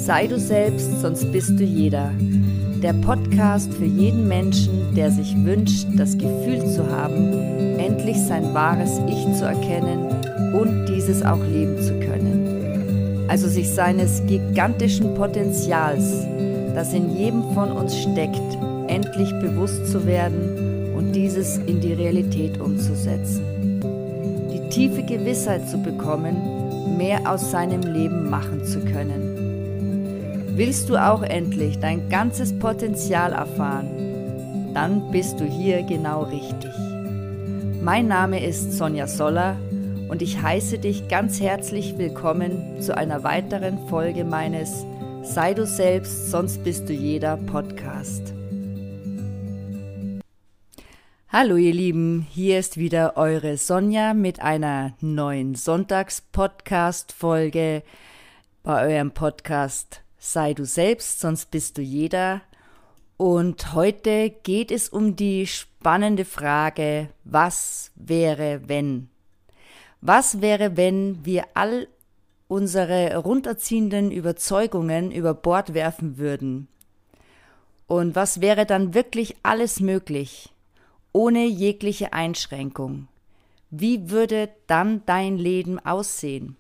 Sei du selbst, sonst bist du jeder. Der Podcast für jeden Menschen, der sich wünscht, das Gefühl zu haben, endlich sein wahres Ich zu erkennen und dieses auch leben zu können. Also sich seines gigantischen Potenzials, das in jedem von uns steckt, endlich bewusst zu werden und dieses in die Realität umzusetzen. Die tiefe Gewissheit zu bekommen, mehr aus seinem Leben machen zu können. Willst du auch endlich dein ganzes Potenzial erfahren? Dann bist du hier genau richtig. Mein Name ist Sonja Soller und ich heiße dich ganz herzlich willkommen zu einer weiteren Folge meines Sei du selbst, sonst bist du jeder Podcast. Hallo ihr Lieben, hier ist wieder eure Sonja mit einer neuen Sonntags-Podcast-Folge bei eurem Podcast Sei du selbst, sonst bist du jeder. Und heute geht es um die spannende Frage, was wäre, wenn? Was wäre, wenn wir all unsere runterziehenden Überzeugungen über Bord werfen würden? Und was wäre dann wirklich alles möglich, ohne jegliche Einschränkung? Wie würde dann dein Leben aussehen?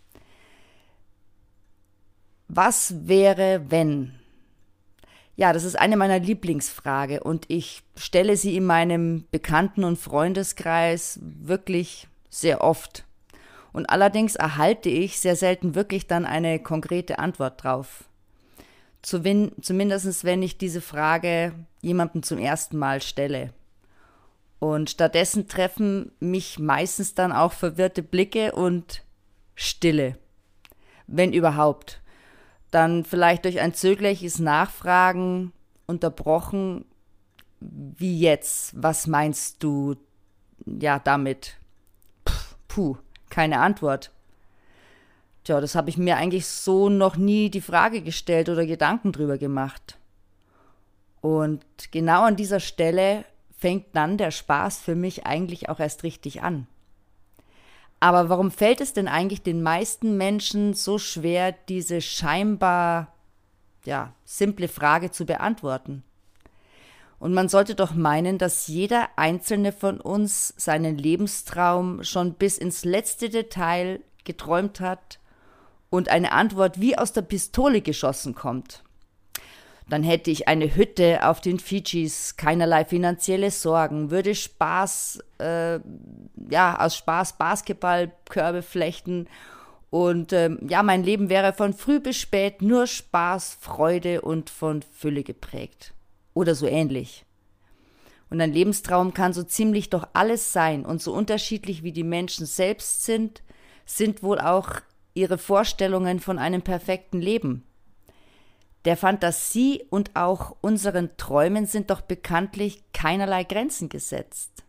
Was wäre, wenn? Ja, das ist eine meiner Lieblingsfragen und ich stelle sie in meinem Bekannten- und Freundeskreis wirklich sehr oft. Und allerdings erhalte ich sehr selten wirklich dann eine konkrete Antwort drauf. Zumindest wenn ich diese Frage jemandem zum ersten Mal stelle. Und stattdessen treffen mich meistens dann auch verwirrte Blicke und Stille, wenn überhaupt. Dann vielleicht durch ein zögerliches Nachfragen unterbrochen, wie jetzt, was meinst du damit? Keine Antwort. Tja, das habe ich mir eigentlich so noch nie die Frage gestellt oder Gedanken drüber gemacht. Und genau an dieser Stelle fängt dann der Spaß für mich eigentlich auch erst richtig an. Aber warum fällt es denn eigentlich den meisten Menschen so schwer, diese scheinbar, simple Frage zu beantworten? Und man sollte doch meinen, dass jeder einzelne von uns seinen Lebenstraum schon bis ins letzte Detail geträumt hat und eine Antwort wie aus der Pistole geschossen kommt. Dann hätte ich eine Hütte auf den Fidschis, keinerlei finanzielle Sorgen, würde aus Spaß Basketballkörbe flechten und mein Leben wäre von früh bis spät nur Spaß, Freude und von Fülle geprägt. Oder so ähnlich. Und ein Lebenstraum kann so ziemlich doch alles sein und so unterschiedlich wie die Menschen selbst sind wohl auch ihre Vorstellungen von einem perfekten Leben. Der Fantasie und auch unseren Träumen sind doch bekanntlich keinerlei Grenzen gesetzt.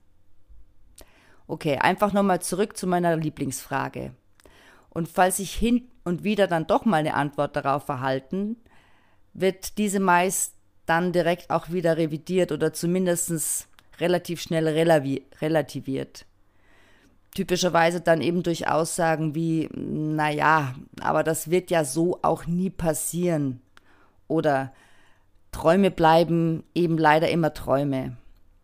Okay, einfach nochmal zurück zu meiner Lieblingsfrage. Und falls sich hin und wieder dann doch mal eine Antwort darauf erhalten, wird diese meist dann direkt auch wieder revidiert oder zumindest relativ schnell relativiert. Typischerweise dann eben durch Aussagen wie, aber das wird ja so auch nie passieren. Oder Träume bleiben eben leider immer Träume.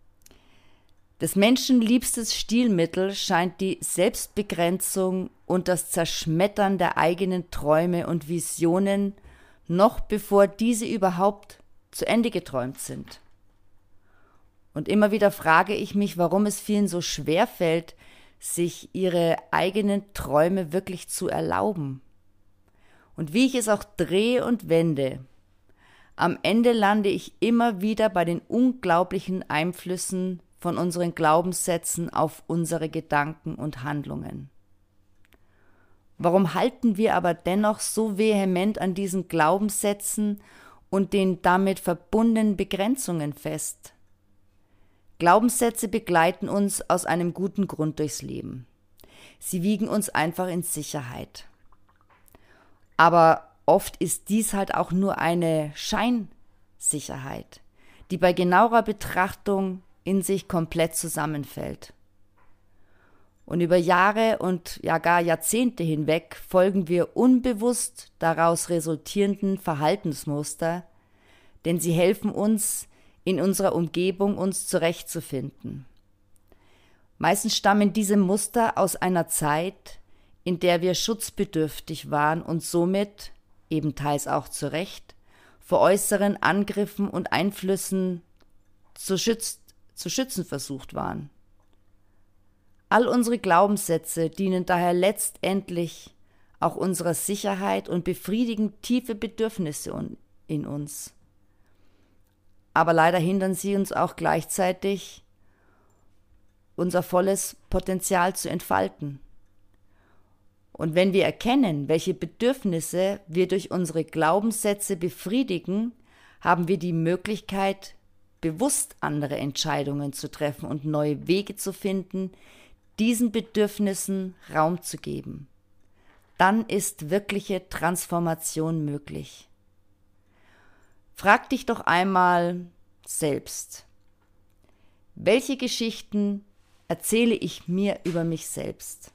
Des Menschen liebstes Stilmittel scheint die Selbstbegrenzung und das Zerschmettern der eigenen Träume und Visionen, noch bevor diese überhaupt zu Ende geträumt sind. Und immer wieder frage ich mich, warum es vielen so schwer fällt, sich ihre eigenen Träume wirklich zu erlauben. Und wie ich es auch drehe und wende, am Ende lande ich immer wieder bei den unglaublichen Einflüssen von unseren Glaubenssätzen auf unsere Gedanken und Handlungen. Warum halten wir aber dennoch so vehement an diesen Glaubenssätzen und den damit verbundenen Begrenzungen fest? Glaubenssätze begleiten uns aus einem guten Grund durchs Leben. Sie wiegen uns einfach in Sicherheit. Aber oft ist dies halt auch nur eine Scheinsicherheit, die bei genauerer Betrachtung in sich komplett zusammenfällt. Und über Jahre und ja gar Jahrzehnte hinweg folgen wir unbewusst daraus resultierenden Verhaltensmuster, denn sie helfen uns, in unserer Umgebung uns zurechtzufinden. Meistens stammen diese Muster aus einer Zeit, in der wir schutzbedürftig waren und somit, eben teils auch zu Recht, vor äußeren Angriffen und Einflüssen zu schützen versucht waren. All unsere Glaubenssätze dienen daher letztendlich auch unserer Sicherheit und befriedigen tiefe Bedürfnisse in uns. Aber leider hindern sie uns auch gleichzeitig, unser volles Potenzial zu entfalten. Und wenn wir erkennen, welche Bedürfnisse wir durch unsere Glaubenssätze befriedigen, haben wir die Möglichkeit, bewusst andere Entscheidungen zu treffen und neue Wege zu finden, diesen Bedürfnissen Raum zu geben. Dann ist wirkliche Transformation möglich. Frag dich doch einmal selbst, welche Geschichten erzähle ich mir über mich selbst?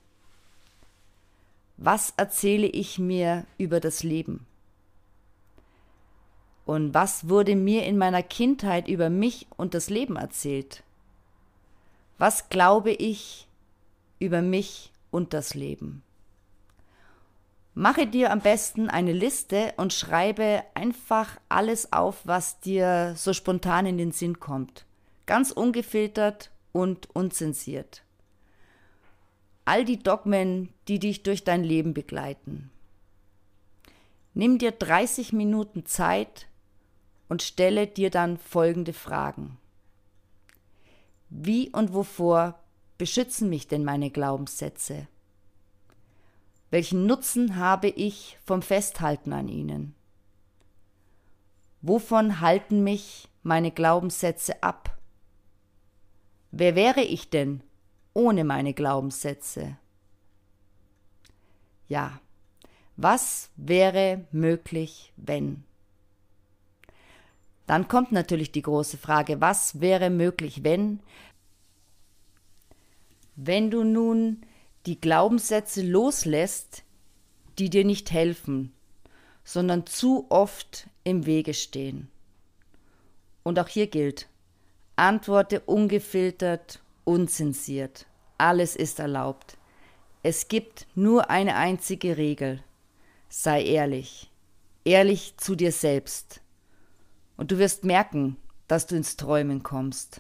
Was erzähle ich mir über das Leben? Und was wurde mir in meiner Kindheit über mich und das Leben erzählt? Was glaube ich über mich und das Leben? Mache dir am besten eine Liste und schreibe einfach alles auf, was dir so spontan in den Sinn kommt. Ganz ungefiltert und unzensiert. All die Dogmen, die dich durch dein Leben begleiten. Nimm dir 30 Minuten Zeit und stelle dir dann folgende Fragen. Wie und wovor beschützen mich denn meine Glaubenssätze? Welchen Nutzen habe ich vom Festhalten an ihnen? Wovon halten mich meine Glaubenssätze ab? Wer wäre ich denn ohne meine Glaubenssätze? Ja, was wäre möglich, wenn? Dann kommt natürlich die große Frage, was wäre möglich, wenn du nun die Glaubenssätze loslässt, die dir nicht helfen, sondern zu oft im Wege stehen. Und auch hier gilt, antworte ungefiltert, unzensiert. Alles ist erlaubt. Es gibt nur eine einzige Regel. Sei ehrlich. Ehrlich zu dir selbst. Und du wirst merken, dass du ins Träumen kommst.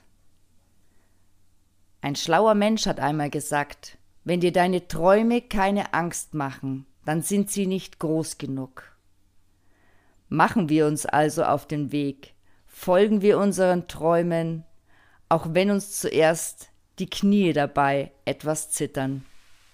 Ein schlauer Mensch hat einmal gesagt, wenn dir deine Träume keine Angst machen, dann sind sie nicht groß genug. Machen wir uns also auf den Weg, folgen wir unseren Träumen, auch wenn uns zuerst die Knie dabei etwas zittern.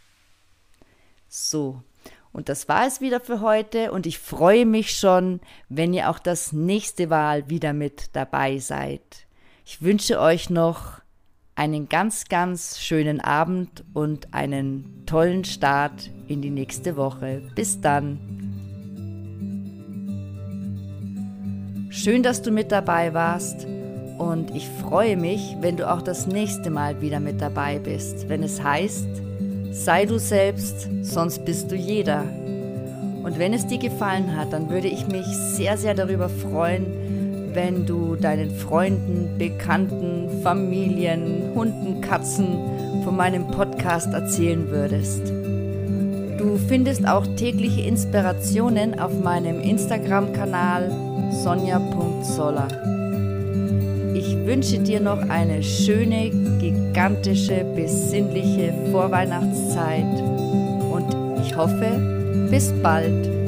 So, und das war es wieder für heute und ich freue mich schon, wenn ihr auch das nächste Mal wieder mit dabei seid. Ich wünsche euch noch einen ganz, ganz schönen Abend und einen tollen Start in die nächste Woche. Bis dann. Schön, dass du mit dabei warst und ich freue mich, wenn du auch das nächste Mal wieder mit dabei bist, wenn es heißt, sei du selbst, sonst bist du jeder. Und wenn es dir gefallen hat, dann würde ich mich sehr, sehr darüber freuen, wenn du deinen Freunden, Bekannten, Familien, Hunden, Katzen von meinem Podcast erzählen würdest. Du findest auch tägliche Inspirationen auf meinem Instagram-Kanal sonja.zoller. Ich wünsche dir noch eine schöne, gigantische, besinnliche Vorweihnachtszeit und ich hoffe, bis bald.